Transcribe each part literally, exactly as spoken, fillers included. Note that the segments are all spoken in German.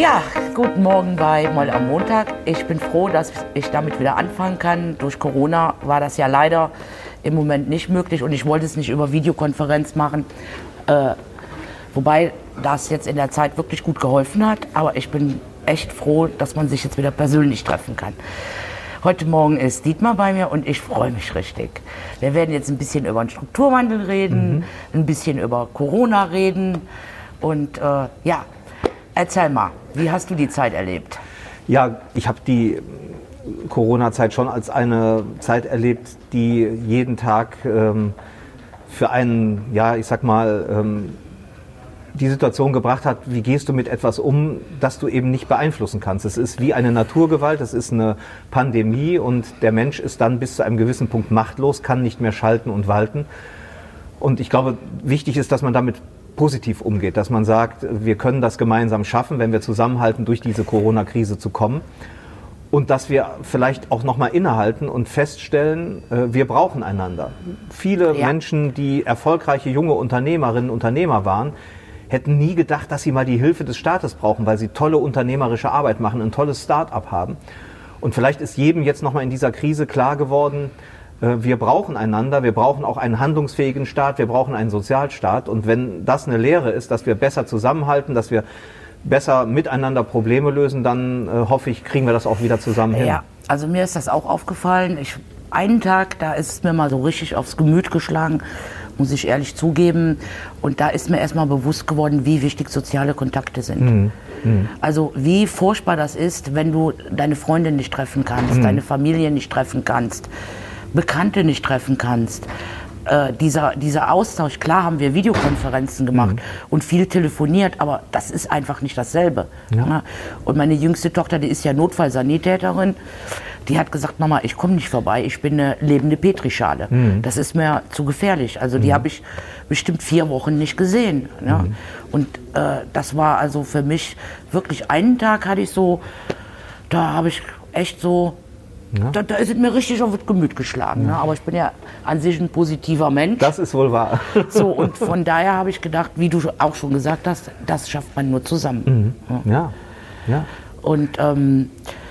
Ja, guten Morgen bei Moll am Montag. Ich bin froh, dass ich damit wieder anfangen kann. Durch Corona war das ja leider im Moment nicht möglich und ich wollte es nicht über Videokonferenz machen. Äh, wobei das jetzt in der Zeit wirklich gut geholfen hat. Aber ich bin echt froh, dass man sich jetzt wieder persönlich treffen kann. Heute Morgen ist Dietmar bei mir und ich freue mich richtig. Wir werden jetzt ein bisschen über den Strukturwandel reden, mhm. ein bisschen über Corona reden und äh, ja, erzähl mal, wie hast du die Zeit erlebt? Ja, ich habe die Corona-Zeit schon als eine Zeit erlebt, die jeden Tag ähm, für einen, ja, ich sag mal, ähm, die Situation gebracht hat, wie gehst du mit etwas um, das du eben nicht beeinflussen kannst. Es ist wie eine Naturgewalt, es ist eine Pandemie und der Mensch ist dann bis zu einem gewissen Punkt machtlos, kann nicht mehr schalten und walten. Und ich glaube, wichtig ist, dass man damit positiv umgeht, dass man sagt, wir können das gemeinsam schaffen, wenn wir zusammenhalten, durch diese Corona-Krise zu kommen. Und dass wir vielleicht auch nochmal innehalten und feststellen, wir brauchen einander. Viele ja. Menschen, die erfolgreiche junge Unternehmerinnen und Unternehmer waren, hätten nie gedacht, dass sie mal die Hilfe des Staates brauchen, weil sie tolle unternehmerische Arbeit machen, ein tolles Start-up haben. Und vielleicht ist jedem jetzt nochmal in dieser Krise klar geworden, wir brauchen einander, wir brauchen auch einen handlungsfähigen Staat, wir brauchen einen Sozialstaat. Und wenn das eine Lehre ist, dass wir besser zusammenhalten, dass wir besser miteinander Probleme lösen, dann äh, hoffe ich, kriegen wir das auch wieder zusammen hin. Ja, also mir ist das auch aufgefallen. Ich, einen Tag, da ist es mir mal so richtig aufs Gemüt geschlagen, muss ich ehrlich zugeben. Und da ist mir erstmal bewusst geworden, wie wichtig soziale Kontakte sind. Mhm. Mhm. Also wie furchtbar das ist, wenn du deine Freundin nicht treffen kannst, mhm. deine Familie nicht treffen kannst, Bekannte nicht treffen kannst. Äh, dieser, dieser Austausch, klar haben wir Videokonferenzen gemacht mhm. und viel telefoniert, aber das ist einfach nicht dasselbe. Ja. Ja. Und meine jüngste Tochter, die ist ja Notfallsanitäterin, die hat gesagt, Mama, ich komme nicht vorbei, ich bin eine lebende Petrischale. Mhm. Das ist mir zu gefährlich. Also die mhm. habe ich bestimmt vier Wochen nicht gesehen. Ja. Mhm. Und äh, das war also für mich wirklich, einen Tag hatte ich so, da habe ich echt so, Ja. Da, da ist es mir richtig auf das Gemüt geschlagen. Ja. Ne? Aber ich bin ja an sich ein positiver Mensch. Das ist wohl wahr. So, und von daher habe ich gedacht, wie du auch schon gesagt hast, das schafft man nur zusammen. Mhm. Ja. Ja. Und ähm,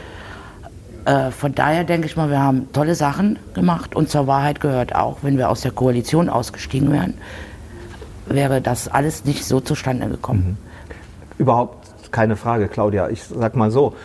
äh, von daher denke ich mal, wir haben tolle Sachen gemacht. Und zur Wahrheit gehört auch, wenn wir aus der Koalition ausgestiegen wären, wäre das alles nicht so zustande gekommen. Mhm. Überhaupt keine Frage, Claudia. Ich sag mal so,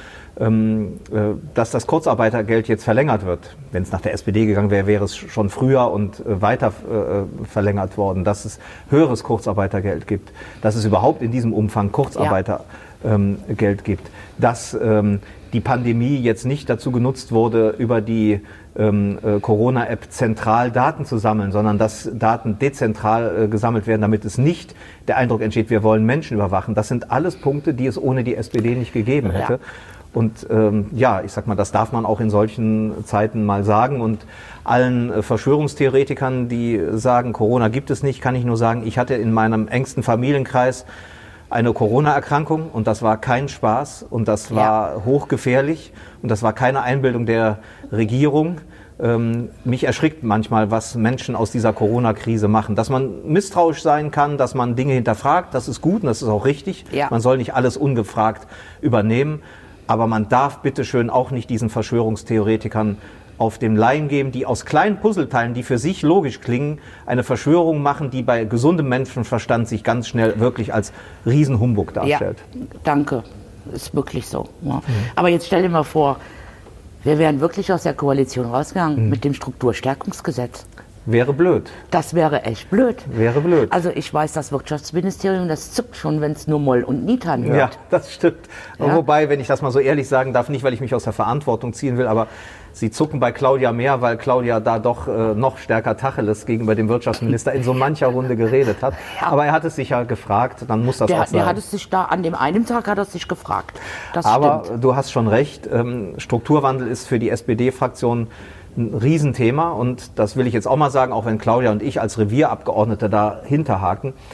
dass das Kurzarbeitergeld jetzt verlängert wird. Wenn es nach der S P D gegangen wäre, wäre es schon früher und weiter verlängert worden, dass es höheres Kurzarbeitergeld gibt, dass es überhaupt in diesem Umfang Kurzarbeitergeld gibt, dass die Pandemie jetzt nicht dazu genutzt wurde, über die Corona-App zentral Daten zu sammeln, sondern dass Daten dezentral gesammelt werden, damit es nicht der Eindruck entsteht, wir wollen Menschen überwachen. Das sind alles Punkte, die es ohne die S P D nicht gegeben hätte. Ja. Und ähm, ja, ich sag mal, das darf man auch in solchen Zeiten mal sagen. Und allen äh, Verschwörungstheoretikern, die sagen, Corona gibt es nicht, kann ich nur sagen, ich hatte in meinem engsten Familienkreis eine Corona-Erkrankung und das war kein Spaß und das war ja. hochgefährlich und das war keine Einbildung der Regierung. Ähm, mich erschrickt manchmal, was Menschen aus dieser Corona-Krise machen. Dass man misstrauisch sein kann, dass man Dinge hinterfragt, das ist gut und das ist auch richtig. Ja. Man soll nicht alles ungefragt übernehmen. Aber man darf bitteschön auch nicht diesen Verschwörungstheoretikern auf den Leim geben, die aus kleinen Puzzleteilen, die für sich logisch klingen, eine Verschwörung machen, die bei gesundem Menschenverstand sich ganz schnell wirklich als Riesenhumbug darstellt. Ja, danke. Ist wirklich so. Ja. Mhm. Aber jetzt stell dir mal vor, wir wären wirklich aus der Koalition rausgegangen mhm. mit dem Strukturstärkungsgesetz. Wäre blöd. Das wäre echt blöd. Wäre blöd. Also ich weiß, das Wirtschaftsministerium, das zuckt schon, wenn es nur Moll und Nitan hört. Ja, das stimmt. Ja? Wobei, wenn ich das mal so ehrlich sagen darf, nicht, weil ich mich aus der Verantwortung ziehen will, aber sie zucken bei Claudia mehr, weil Claudia da doch äh, noch stärker Tacheles gegenüber dem Wirtschaftsminister in so mancher Runde geredet hat. Ja. Aber er hat es sich ja gefragt, dann muss das der, auch sein. Der hat es sich da, an dem einen Tag hat er es sich gefragt. Das aber stimmt. Du hast schon recht, ähm, Strukturwandel ist für die S P D-Fraktion ein Riesenthema und das will ich jetzt auch mal sagen, auch wenn Claudia und ich als Revierabgeordnete dahinter haken.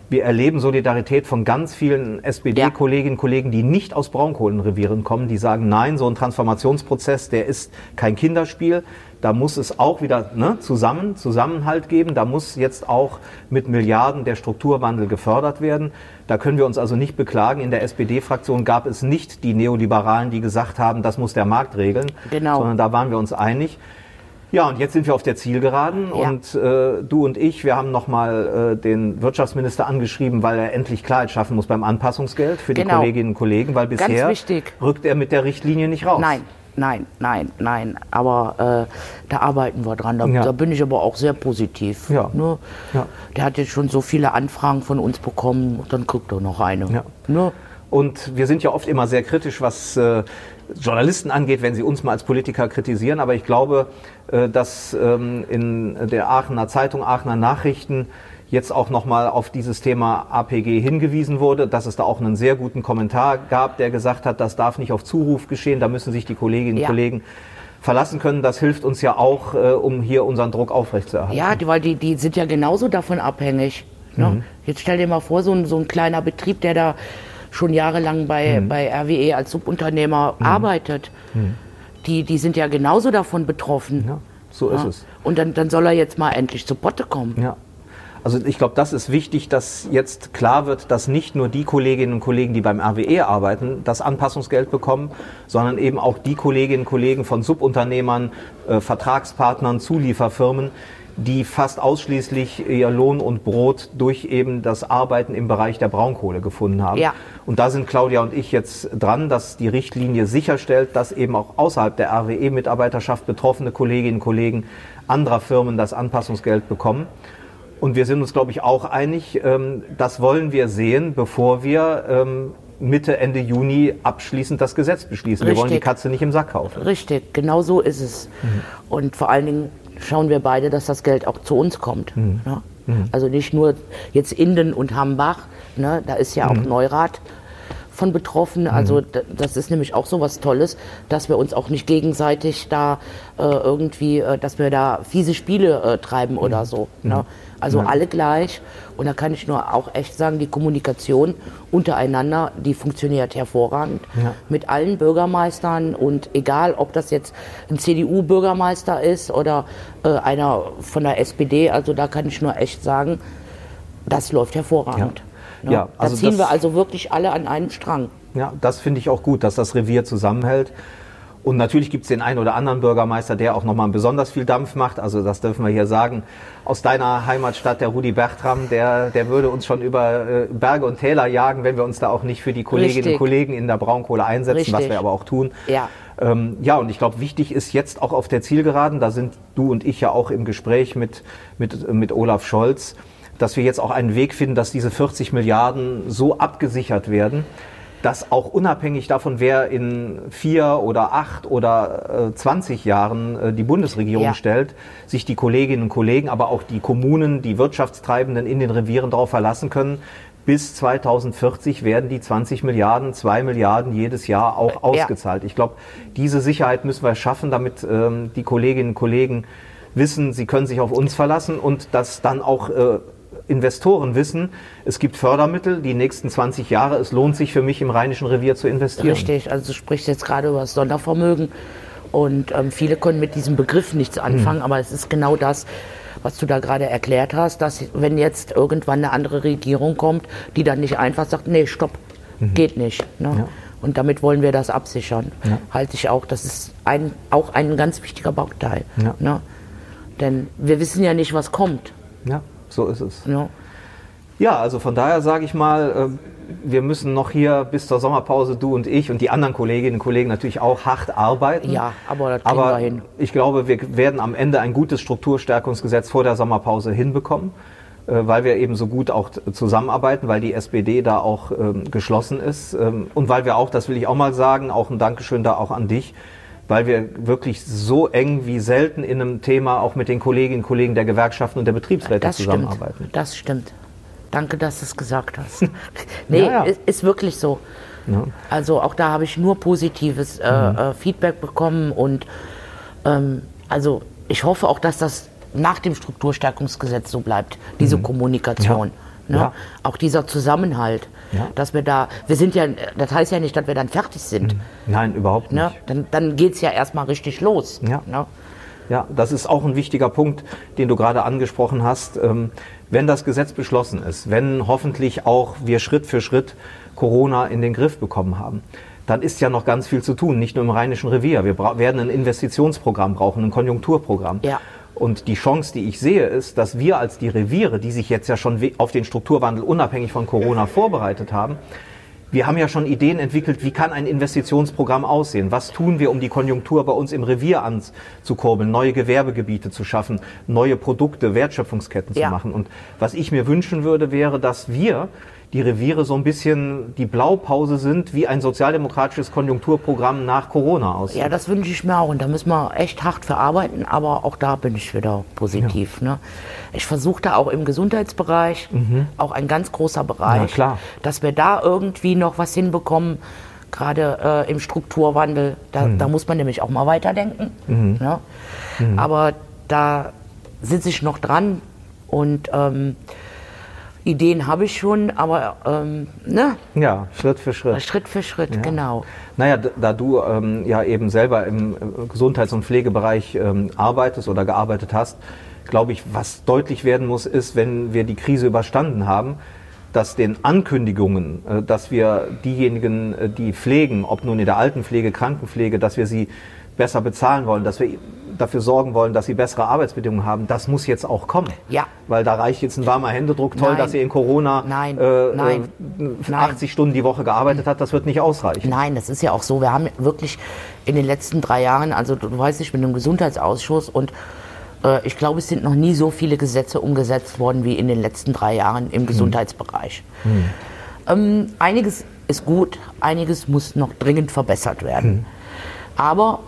Wir erleben Solidarität von ganz vielen S P D-Kolleginnen und Kollegen, die nicht aus Braunkohlenrevieren kommen, die sagen, nein, so ein Transformationsprozess, der ist kein Kinderspiel. Da muss es auch wieder ne, zusammen, Zusammenhalt geben. Da muss jetzt auch mit Milliarden der Strukturwandel gefördert werden. Da können wir uns also nicht beklagen. In der S P D-Fraktion gab es nicht die Neoliberalen, die gesagt haben, das muss der Markt regeln, genau. sondern da waren wir uns einig. Ja, und jetzt sind wir auf der Zielgeraden ja. und äh, du und ich, wir haben nochmal äh, den Wirtschaftsminister angeschrieben, weil er endlich Klarheit schaffen muss beim Anpassungsgeld für genau. die Kolleginnen und Kollegen, weil bisher rückt er mit der Richtlinie nicht raus. Nein, nein, nein, nein, aber äh, da arbeiten wir dran, da, ja. da bin ich aber auch sehr positiv. Ja. Ne? Ja. Der hat jetzt schon so viele Anfragen von uns bekommen, dann kriegt er noch eine. Ja. Ne? Und wir sind ja oft immer sehr kritisch, was äh, Journalisten angeht, wenn sie uns mal als Politiker kritisieren. Aber ich glaube, äh, dass ähm, in der Aachener Zeitung, Aachener Nachrichten jetzt auch nochmal auf dieses Thema A P G hingewiesen wurde, dass es da auch einen sehr guten Kommentar gab, der gesagt hat, das darf nicht auf Zuruf geschehen, da müssen sich die Kolleginnen und ja. Kollegen verlassen können. Das hilft uns ja auch, äh, um hier unseren Druck aufrechtzuerhalten. Ja, die, weil die, die sind ja genauso davon abhängig. Ne? Mhm. Jetzt stell dir mal vor, so ein, so ein kleiner Betrieb, der da schon jahrelang bei, mhm. bei R W E als Subunternehmer mhm. arbeitet, mhm. Die, die sind ja genauso davon betroffen. Ja, so ist ja. es. Und dann, dann soll er jetzt mal endlich zu Potte kommen. Ja. Also ich glaube, das ist wichtig, dass jetzt klar wird, dass nicht nur die Kolleginnen und Kollegen, die beim R W E arbeiten, das Anpassungsgeld bekommen, sondern eben auch die Kolleginnen und Kollegen von Subunternehmern, äh, Vertragspartnern, Zulieferfirmen, die fast ausschließlich ihr Lohn und Brot durch eben das Arbeiten im Bereich der Braunkohle gefunden haben. Ja. Und da sind Claudia und ich jetzt dran, dass die Richtlinie sicherstellt, dass eben auch außerhalb der R W E-Mitarbeiterschaft betroffene Kolleginnen und Kollegen anderer Firmen das Anpassungsgeld bekommen. Und wir sind uns, glaube ich, auch einig, ähm, das wollen wir sehen, bevor wir ähm, Mitte, Ende Juni abschließend das Gesetz beschließen. Richtig. Wir wollen die Katze nicht im Sack kaufen. Richtig, genau so ist es. Mhm. Und vor allen Dingen schauen wir beide, dass das Geld auch zu uns kommt. Mhm. Ja? Mhm. Also nicht nur jetzt Inden und Hambach, ne? Da ist ja auch mhm. Neurath von betroffen. Also das ist nämlich auch so was Tolles, dass wir uns auch nicht gegenseitig da äh, irgendwie, äh, dass wir da fiese Spiele äh, treiben mhm. oder so. Mhm. Ne? Also ja. alle gleich. Und da kann ich nur auch echt sagen, die Kommunikation untereinander, die funktioniert hervorragend. Ja. Mit allen Bürgermeistern und egal, ob das jetzt ein C D U-Bürgermeister ist oder äh, einer von der S P D, also da kann ich nur echt sagen, das läuft hervorragend. Ja. Ja, ja, also da ziehen das, wir also wirklich alle an einem Strang. Ja, das finde ich auch gut, dass das Revier zusammenhält. Und natürlich gibt es den einen oder anderen Bürgermeister, der auch nochmal besonders viel Dampf macht. Also das dürfen wir hier sagen. Aus deiner Heimatstadt, der Rudi Bertram, der, der würde uns schon über äh, Berge und Täler jagen, wenn wir uns da auch nicht für die Kolleginnen Richtig. und Kollegen in der Braunkohle einsetzen, Richtig. was wir aber auch tun. Ja, ähm, ja und ich glaube, wichtig ist jetzt auch auf der Zielgeraden, da sind du und ich ja auch im Gespräch mit, mit, mit Olaf Scholz, dass wir jetzt auch einen Weg finden, dass diese vierzig Milliarden so abgesichert werden, dass auch unabhängig davon, wer in vier oder acht oder äh, zwanzig Jahren äh, die Bundesregierung ja. stellt, sich die Kolleginnen und Kollegen, aber auch die Kommunen, die Wirtschaftstreibenden in den Revieren darauf verlassen können. Bis zweitausendvierzig werden die zwanzig Milliarden, zwei Milliarden jedes Jahr auch ausgezahlt. Ja. Ich glaube, diese Sicherheit müssen wir schaffen, damit ähm, die Kolleginnen und Kollegen wissen, sie können sich auf uns verlassen und dass dann auch äh, Investoren wissen, es gibt Fördermittel, die nächsten zwanzig Jahre, es lohnt sich für mich im Rheinischen Revier zu investieren. Richtig, also du sprichst jetzt gerade über das Sondervermögen und ähm, viele können mit diesem Begriff nichts anfangen, mhm. aber es ist genau das, was du da gerade erklärt hast, dass wenn jetzt irgendwann eine andere Regierung kommt, die dann nicht einfach sagt, nee, stopp, mhm. geht nicht. Ne? Ja. Und damit wollen wir das absichern. Ja. Halte ich auch, das ist ein, auch ein ganz wichtiger Bauteil. Ja. Ne? Denn wir wissen ja nicht, was kommt. Ja. So ist es. Ja, ja also von daher sage ich mal, wir müssen noch hier bis zur Sommerpause, du und ich und die anderen Kolleginnen und Kollegen natürlich auch hart arbeiten. Ja, aber das kriegen aber wir hin. Ich glaube, wir werden am Ende ein gutes Strukturstärkungsgesetz vor der Sommerpause hinbekommen, weil wir eben so gut auch zusammenarbeiten, weil die S P D da auch ähm, geschlossen ist ähm, und weil wir auch, das will ich auch mal sagen, auch ein Dankeschön da auch an dich, weil wir wirklich so eng wie selten in einem Thema auch mit den Kolleginnen und Kollegen der Gewerkschaften und der Betriebsräte das zusammenarbeiten. Stimmt. Das stimmt. Danke, dass du es gesagt hast. Nee, ja, ja. Ist, ist wirklich so. Ja. Also auch da habe ich nur positives äh, mhm. äh, Feedback bekommen und ähm, also ich hoffe auch, dass das nach dem Strukturstärkungsgesetz so bleibt, diese mhm. Kommunikation. Ne? Ja. Auch dieser Zusammenhalt, Ja. dass wir da, wir sind ja, das heißt ja nicht, dass wir dann fertig sind. Nein, überhaupt nicht. Ne? Dann, dann geht es ja erstmal richtig los. Ja. Ne? Ja, das ist auch ein wichtiger Punkt, den du gerade angesprochen hast. Ähm, wenn das Gesetz beschlossen ist, wenn hoffentlich auch wir Schritt für Schritt Corona in den Griff bekommen haben, dann ist ja noch ganz viel zu tun, nicht nur im Rheinischen Revier. Wir bra- werden ein Investitionsprogramm brauchen, ein Konjunkturprogramm. Ja. Und die Chance, die ich sehe, ist, dass wir als die Reviere, die sich jetzt ja schon we- auf den Strukturwandel unabhängig von Corona vorbereitet haben, wir haben ja schon Ideen entwickelt, wie kann ein Investitionsprogramm aussehen? Was tun wir, um die Konjunktur bei uns im Revier anzukurbeln, neue Gewerbegebiete zu schaffen, neue Produkte, Wertschöpfungsketten Ja. zu machen? Und was ich mir wünschen würde, wäre, dass wir, die Reviere, so ein bisschen die Blaupause sind, wie ein sozialdemokratisches Konjunkturprogramm nach Corona aussieht. Ja, das wünsche ich mir auch und da müssen wir echt hart für arbeiten, aber auch da bin ich wieder positiv. Ne? Ich versuche da auch im Gesundheitsbereich, auch ein ganz großer Bereich, Ja, klar. dass wir da irgendwie noch was hinbekommen, gerade äh, im Strukturwandel. Da, da muss man nämlich auch mal weiterdenken. Ne? Aber da sitze ich noch dran und ähm, Ideen habe ich schon, aber ähm, ne? Ja, Schritt für Schritt. Schritt für Schritt, Ja. genau. Naja, d- da du ähm, ja eben selber im äh, Gesundheits- und Pflegebereich ähm, arbeitest oder gearbeitet hast, glaube ich, was deutlich werden muss, ist, wenn wir die Krise überstanden haben, dass den Ankündigungen, äh, dass wir diejenigen, äh, die pflegen, ob nun in der Altenpflege, Krankenpflege, dass wir sie besser bezahlen wollen, dass wir dafür sorgen wollen, dass sie bessere Arbeitsbedingungen haben, das muss jetzt auch kommen. Ja. Weil da reicht jetzt ein warmer Händedruck, toll, Nein. dass ihr in Corona Nein. äh, Nein. äh, Nein. achtzig Stunden die Woche gearbeitet habt, das wird nicht ausreichen. Nein, das ist ja auch so. Wir haben wirklich in den letzten drei Jahren, also du, du weißt, ich bin im Gesundheitsausschuss und äh, ich glaube, es sind noch nie so viele Gesetze umgesetzt worden wie in den letzten drei Jahren im Gesundheitsbereich. Ähm, einiges ist gut, einiges muss noch dringend verbessert werden. Aber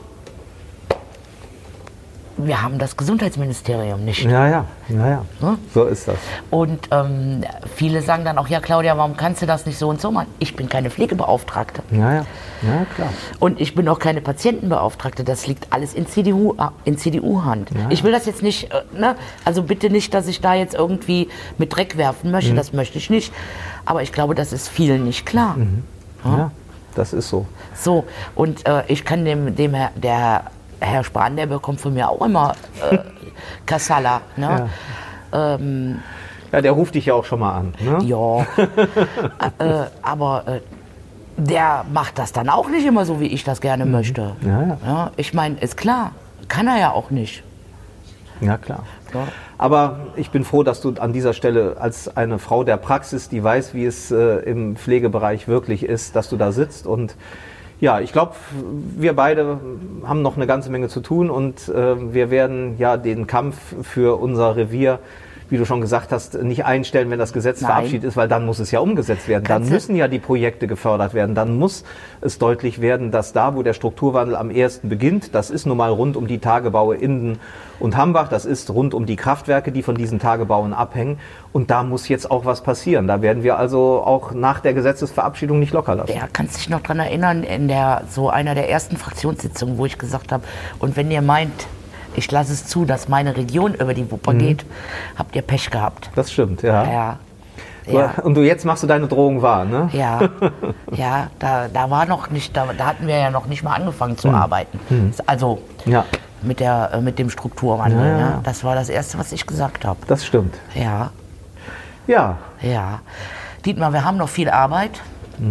wir haben das Gesundheitsministerium nicht. Ja, ja, ja, ja. Ne? So ist das. Und ähm, viele sagen dann auch, ja Claudia, warum kannst du das nicht so und so machen? Ich bin keine Pflegebeauftragte. Ja, ja, ja, klar. Und ich bin auch keine Patientenbeauftragte. Das liegt alles in C D U, in C D U-Hand. Ja. Ich will das jetzt nicht, äh, ne? Also bitte nicht, dass ich da jetzt irgendwie mit Dreck werfen möchte. Das möchte ich nicht. Aber ich glaube, das ist vielen nicht klar. Ja, das ist so. So, und äh, ich kann dem, dem Herr, der Herr Spahn, der bekommt von mir auch immer äh, Kassala. Ne? Ähm, Ja, der ruft dich ja auch schon mal an. Ne? ja, äh, aber äh, der macht das dann auch nicht immer so, wie ich das gerne möchte. Ja, ja. Ja, ich meine, ist klar, kann er ja auch nicht. Ja, klar. Ja. Aber ich bin froh, dass du an dieser Stelle als eine Frau der Praxis, die weiß, wie es äh, im Pflegebereich wirklich ist, dass du da sitzt. Und ja, ich glaube, wir beide haben noch eine ganze Menge zu tun und äh, wir werden ja den Kampf für unser Revier, wie du schon gesagt hast, nicht einstellen, wenn das Gesetz Nein. verabschiedet ist, weil dann muss es ja umgesetzt werden. Dann Kannst du- müssen ja die Projekte gefördert werden. Dann muss es deutlich werden, dass da, wo der Strukturwandel am ehesten beginnt, das ist nun mal rund um die Tagebaue Inden und Hambach, das ist rund um die Kraftwerke, die von diesen Tagebauen abhängen. Und da muss jetzt auch was passieren. Da werden wir also auch nach der Gesetzesverabschiedung nicht locker lassen. Der kannst dich noch dran erinnern, in der so einer der ersten Fraktionssitzungen, wo ich gesagt habe, und wenn ihr meint, ich lasse es zu, dass meine Region über die Wupper geht, habt ihr Pech gehabt. Das stimmt, ja. Ja, ja, Und du, jetzt machst du deine Drohung wahr, ne? ja, ja, da, da war noch nicht, da, da hatten wir ja noch nicht mal angefangen zu arbeiten. Also Ja, mit der, äh, mit dem Strukturwandel. Ja, ja. Ne? Das war das Erste, was ich gesagt habe. das stimmt. Ja, Ja, ja. Dietmar, wir haben noch viel Arbeit.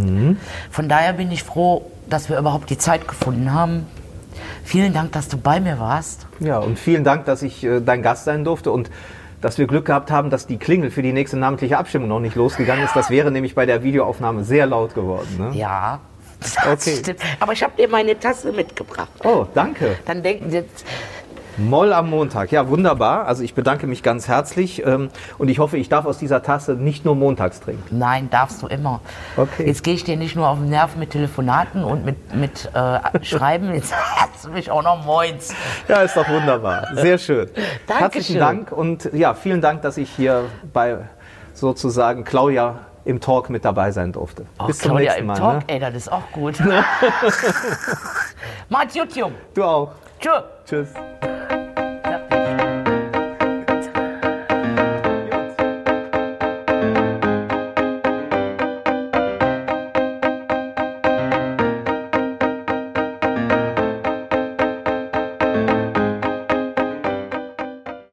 Von daher bin ich froh, dass wir überhaupt die Zeit gefunden haben. Vielen Dank, dass du bei mir warst. ja, und vielen Dank, dass ich äh, dein Gast sein durfte und dass wir Glück gehabt haben, dass die Klingel für die nächste namentliche Abstimmung noch nicht losgegangen ist. Das wäre nämlich bei der Videoaufnahme sehr laut geworden. Ne? Ja, das Okay. stimmt. Aber ich habe dir meine Tasse mitgebracht. Oh, danke. Dann denken sie jetzt, Moll am Montag. Ja, wunderbar. Also ich bedanke mich ganz herzlich ähm, und ich hoffe, ich darf aus dieser Tasse nicht nur montags trinken. nein, darfst du immer. Okay. Jetzt gehe ich dir nicht nur auf den Nerv mit Telefonaten und mit, mit äh, Schreiben, jetzt hast du mich auch noch moins. Ja, ist doch wunderbar. Sehr schön. Dankeschön. Herzlichen Dank und ja, vielen Dank, dass ich hier bei sozusagen Claudia im Talk mit dabei sein durfte. Oh, Bis zum Claudia nächsten im Mal. Talk, Ne? ey, das ist auch gut. Macht's gut, Jung. Du auch. Tschö. Tschüss.